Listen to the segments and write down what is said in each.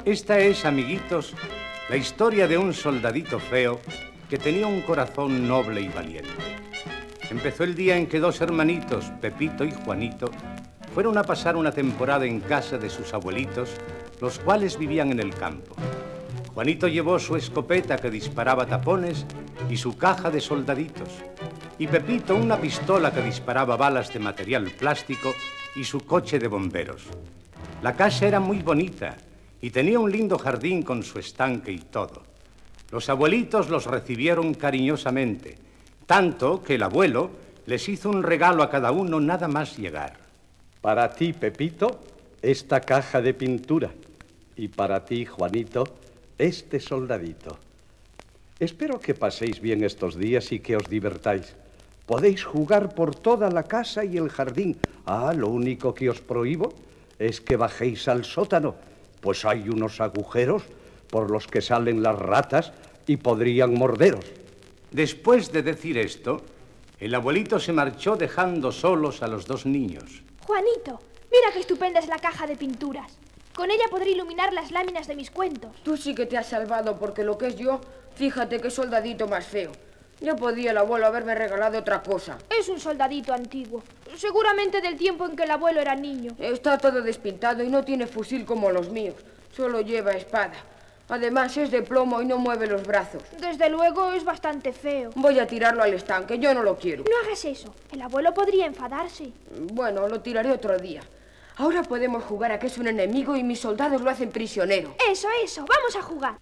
Esta es, amiguitos, la historia de un soldadito feo que tenía un corazón noble y valiente. Empezó el día en que dos hermanitos, Pepito y Juanito, fueron a pasar una temporada en casa de sus abuelitos, los cuales vivían en el campo. Juanito llevó su escopeta que disparaba tapones y su caja de soldaditos, y Pepito una pistola que disparaba balas de material plástico y su coche de bomberos. La casa era muy bonita y tenía un lindo jardín con su estanque y todo. Los abuelitos los recibieron cariñosamente, tanto que el abuelo les hizo un regalo a cada uno nada más llegar. Para ti, Pepito, esta caja de pintura. Y para ti, Juanito, este soldadito. Espero que paséis bien estos días y que os divertáis. Podéis jugar por toda la casa y el jardín. Lo único que os prohíbo es que bajéis al sótano, pues hay unos agujeros por los que salen las ratas y podrían morderos. Después de decir esto, el abuelito se marchó dejando solos a los dos niños. Juanito, mira qué estupenda es la caja de pinturas. Con ella podré iluminar las láminas de mis cuentos. Tú sí que te has salvado, porque lo que es yo, fíjate qué soldadito más feo. Ya podía el abuelo haberme regalado otra cosa. Es un soldadito antiguo, seguramente del tiempo en que el abuelo era niño. Está todo despintado y no tiene fusil como los míos. Solo lleva espada. Además es de plomo y no mueve los brazos. Desde luego es bastante feo. Voy a tirarlo al estanque, yo no lo quiero. No hagas eso, el abuelo podría enfadarse. Bueno, lo tiraré otro día. Ahora podemos jugar a que es un enemigo y mis soldados lo hacen prisionero. Eso, vamos a jugar.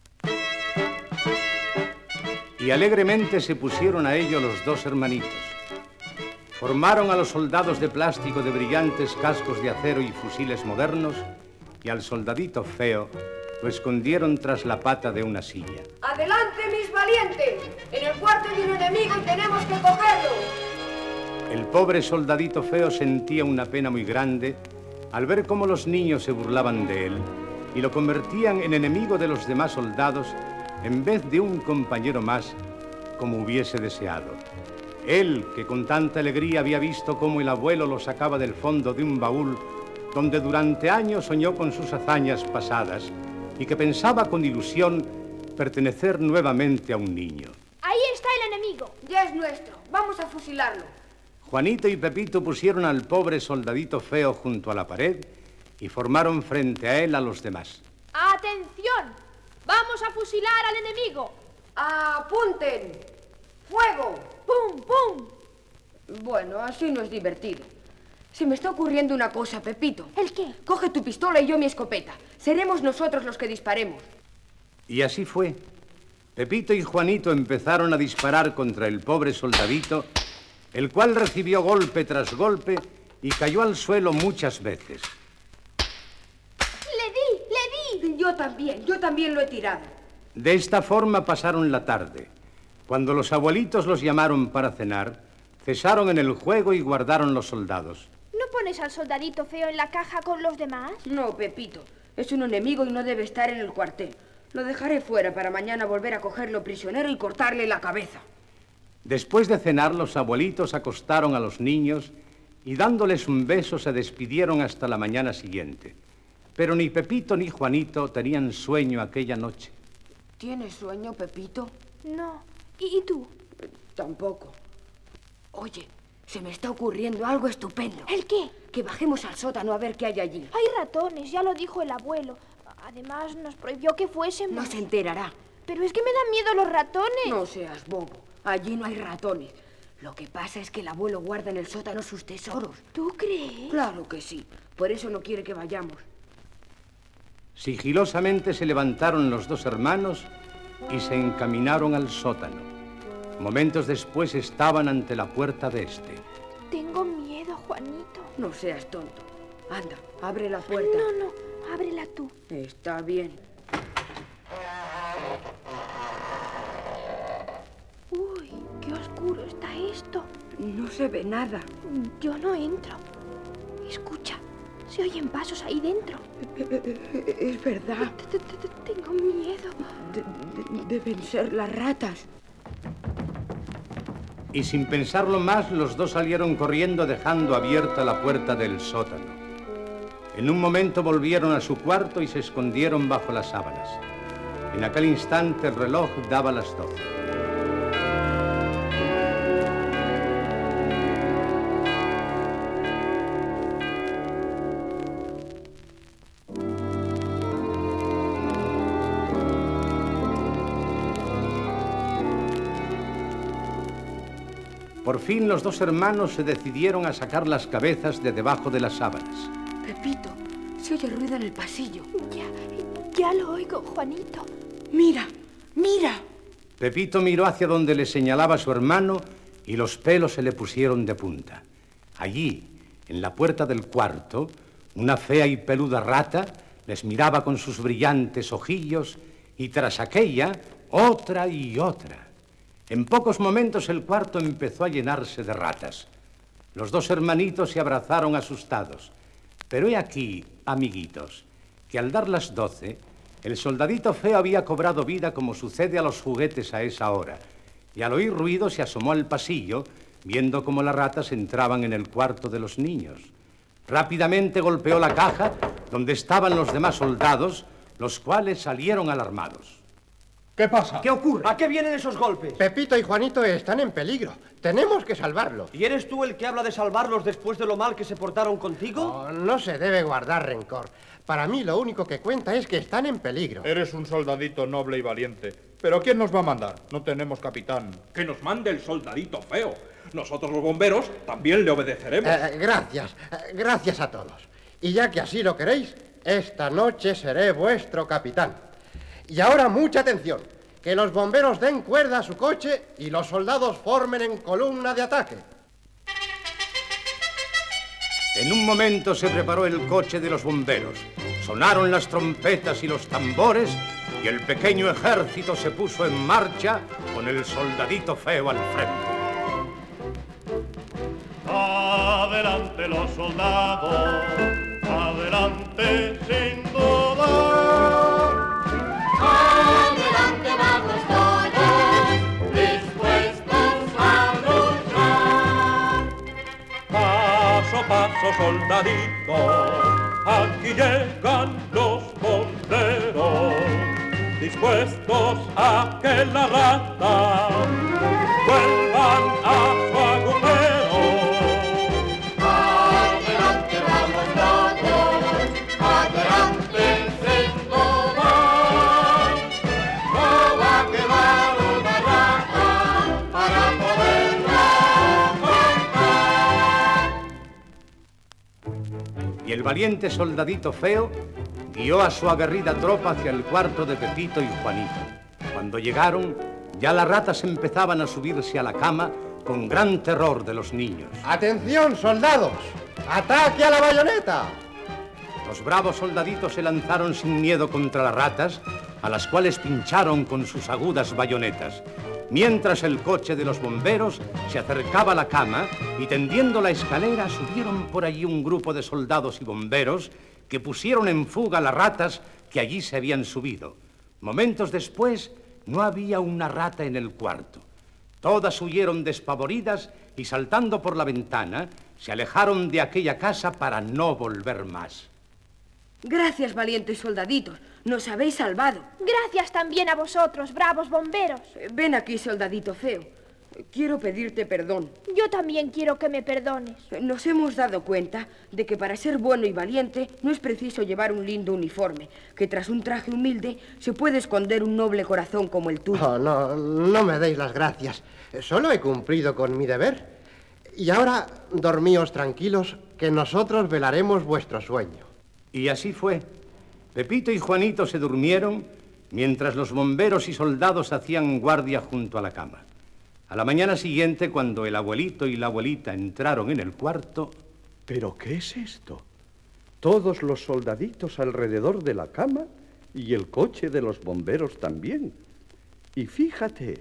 Y alegremente se pusieron a ello los dos hermanitos. Formaron a los soldados de plástico de brillantes cascos de acero y fusiles modernos, y al soldadito feo lo escondieron tras la pata de una silla. ¡Adelante, mis valientes! En el cuarto hay un enemigo y tenemos que cogerlo. El pobre soldadito feo sentía una pena muy grande al ver cómo los niños se burlaban de él y lo convertían en enemigo de los demás soldados en vez de un compañero más, como hubiese deseado. Él, que con tanta alegría había visto cómo el abuelo lo sacaba del fondo de un baúl donde durante años soñó con sus hazañas pasadas y que pensaba con ilusión pertenecer nuevamente a un niño. Ahí está el enemigo. Ya es nuestro. Vamos a fusilarlo. Juanito y Pepito pusieron al pobre soldadito feo junto a la pared y formaron frente a él a los demás. ¡Atención! ¡Vamos a fusilar al enemigo! ¡Apunten! ¡Fuego! ¡Pum, pum! Bueno, así no es divertido. Se me está ocurriendo una cosa, Pepito. ¿El qué? Coge tu pistola y yo mi escopeta. Seremos nosotros los que disparemos. Y así fue. Pepito y Juanito empezaron a disparar contra el pobre soldadito, el cual recibió golpe tras golpe y cayó al suelo muchas veces. ¡Le di! Yo también lo he tirado. De esta forma pasaron la tarde. Cuando los abuelitos los llamaron para cenar, cesaron en el juego y guardaron los soldados. ¿No pones al soldadito feo en la caja con los demás? No, Pepito. Es un enemigo y no debe estar en el cuartel. Lo dejaré fuera para mañana volver a cogerlo prisionero y cortarle la cabeza. Después de cenar, los abuelitos acostaron a los niños y dándoles un beso se despidieron hasta la mañana siguiente. Pero ni Pepito ni Juanito tenían sueño aquella noche. ¿Tienes sueño, Pepito? No. ¿Y tú? Tampoco. Oye, se me está ocurriendo algo estupendo. ¿El qué? Que bajemos al sótano a ver qué hay allí. Hay ratones, ya lo dijo el abuelo. Además, nos prohibió que fuésemos. No se enterará. Pero es que me dan miedo los ratones. No seas bobo. Allí no hay ratones. Lo que pasa es que el abuelo guarda en el sótano sus tesoros. ¿Tú crees? Claro que sí. Por eso no quiere que vayamos. Sigilosamente se levantaron los dos hermanos y se encaminaron al sótano. Momentos después estaban ante la puerta de este. Tengo miedo, Juanito. No seas tonto. Anda, abre la puerta. No, ábrela tú. Está bien. Uy, qué oscuro está esto. No se ve nada. Yo no entro. Escucha, se oyen pasos ahí dentro. Es verdad. Tengo miedo. Deben ser las ratas. Y sin pensarlo más, los dos salieron corriendo dejando abierta la puerta del sótano. En un momento volvieron a su cuarto y se escondieron bajo las sábanas. En aquel instante el reloj daba las 12. Por fin los dos hermanos se decidieron a sacar las cabezas de debajo de las sábanas. Pepito, se oye ruido en el pasillo. Ya lo oigo, Juanito. Mira, mira. Pepito miró hacia donde le señalaba su hermano y los pelos se le pusieron de punta. Allí, en la puerta del cuarto, una fea y peluda rata les miraba con sus brillantes ojillos y tras aquella, otra y otra. En pocos momentos el cuarto empezó a llenarse de ratas. Los dos hermanitos se abrazaron asustados. Pero he aquí, amiguitos, que al dar las 12, el soldadito feo había cobrado vida como sucede a los juguetes a esa hora. Y al oír ruido se asomó al pasillo, viendo cómo las ratas entraban en el cuarto de los niños. Rápidamente golpeó la caja donde estaban los demás soldados, los cuales salieron alarmados. ¿Qué pasa? ¿Qué ocurre? ¿A qué vienen esos golpes? Pepito y Juanito están en peligro. Tenemos que salvarlos. ¿Y eres tú el que habla de salvarlos después de lo mal que se portaron contigo? No se debe guardar rencor. Para mí lo único que cuenta es que están en peligro. Eres un soldadito noble y valiente. ¿Pero quién nos va a mandar? No tenemos capitán. Que nos mande el soldadito feo. Nosotros los bomberos también le obedeceremos. Gracias a todos. Y ya que así lo queréis, esta noche seré vuestro capitán. Y ahora mucha atención, que los bomberos den cuerda a su coche y los soldados formen en columna de ataque. En un momento se preparó el coche de los bomberos. Sonaron las trompetas y los tambores y el pequeño ejército se puso en marcha con el soldadito feo al frente. Adelante los soldados, adelante sin dudar. Adelante vamos todos, dispuestos a luchar. Paso a paso, soldadito, aquí llegan los bomberos, dispuestos a que la rata vuelvan a su agujero. Adelante vamos todos, adelante sin dudar. No va a quedar una rata para poderla contar. Y el valiente soldadito feo guió a su aguerrida tropa hacia el cuarto de Pepito y Juanito. Cuando llegaron, ya las ratas empezaban a subirse a la cama con gran terror de los niños. ¡Atención, soldados! ¡Ataque a la bayoneta! Los bravos soldaditos se lanzaron sin miedo contra las ratas, a las cuales pincharon con sus agudas bayonetas, mientras el coche de los bomberos se acercaba a la cama y tendiendo la escalera subieron por allí un grupo de soldados y bomberos que pusieron en fuga a las ratas que allí se habían subido. Momentos después no había una rata en el cuarto. Todas huyeron despavoridas y saltando por la ventana se alejaron de aquella casa para no volver más. Gracias, valientes soldaditos. Nos habéis salvado. Gracias también a vosotros, bravos bomberos. Ven aquí, soldadito feo. Quiero pedirte perdón. Yo también quiero que me perdones. Nos hemos dado cuenta de que para ser bueno y valiente no es preciso llevar un lindo uniforme, que tras un traje humilde se puede esconder un noble corazón como el tuyo. No me deis las gracias. Solo he cumplido con mi deber. Y ahora dormíos tranquilos, que nosotros velaremos vuestro sueño. Y así fue. Pepito y Juanito se durmieron mientras los bomberos y soldados hacían guardia junto a la cama. A la mañana siguiente, cuando el abuelito y la abuelita entraron en el cuarto... ¿Pero qué es esto? Todos los soldaditos alrededor de la cama y el coche de los bomberos también. Y fíjate,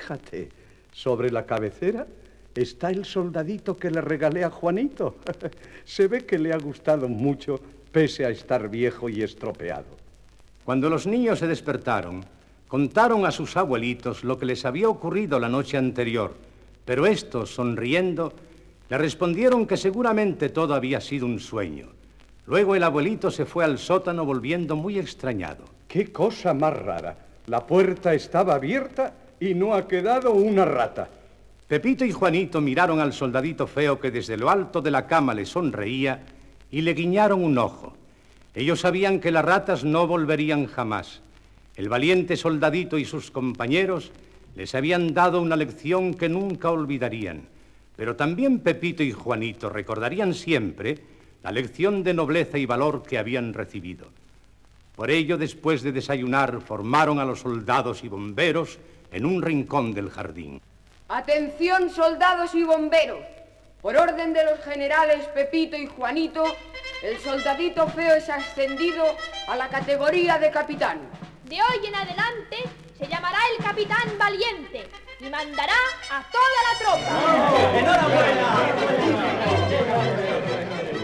sobre la cabecera está el soldadito que le regalé a Juanito. Se ve que le ha gustado mucho, pese a estar viejo y estropeado. Cuando los niños se despertaron, contaron a sus abuelitos lo que les había ocurrido la noche anterior, pero estos, sonriendo, le respondieron que seguramente todo había sido un sueño. Luego el abuelito se fue al sótano volviendo muy extrañado. ¡Qué cosa más rara! La puerta estaba abierta y no ha quedado una rata. Pepito y Juanito miraron al soldadito feo que desde lo alto de la cama le sonreía y le guiñaron un ojo. Ellos sabían que las ratas no volverían jamás. El valiente soldadito y sus compañeros les habían dado una lección que nunca olvidarían. Pero también Pepito y Juanito recordarían siempre la lección de nobleza y valor que habían recibido. Por ello, después de desayunar, formaron a los soldados y bomberos en un rincón del jardín. Atención, soldados y bomberos. Por orden de los generales Pepito y Juanito, el soldadito feo es ascendido a la categoría de capitán. De hoy en adelante se llamará el Capitán Valiente y mandará a toda la tropa.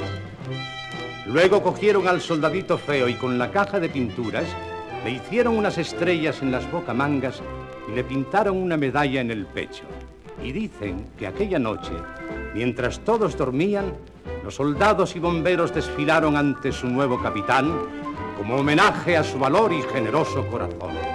Luego cogieron al soldadito feo y con la caja de pinturas le hicieron unas estrellas en las bocamangas y le pintaron una medalla en el pecho. Y dicen que aquella noche, mientras todos dormían, los soldados y bomberos desfilaron ante su nuevo capitán como homenaje a su valor y generoso corazón.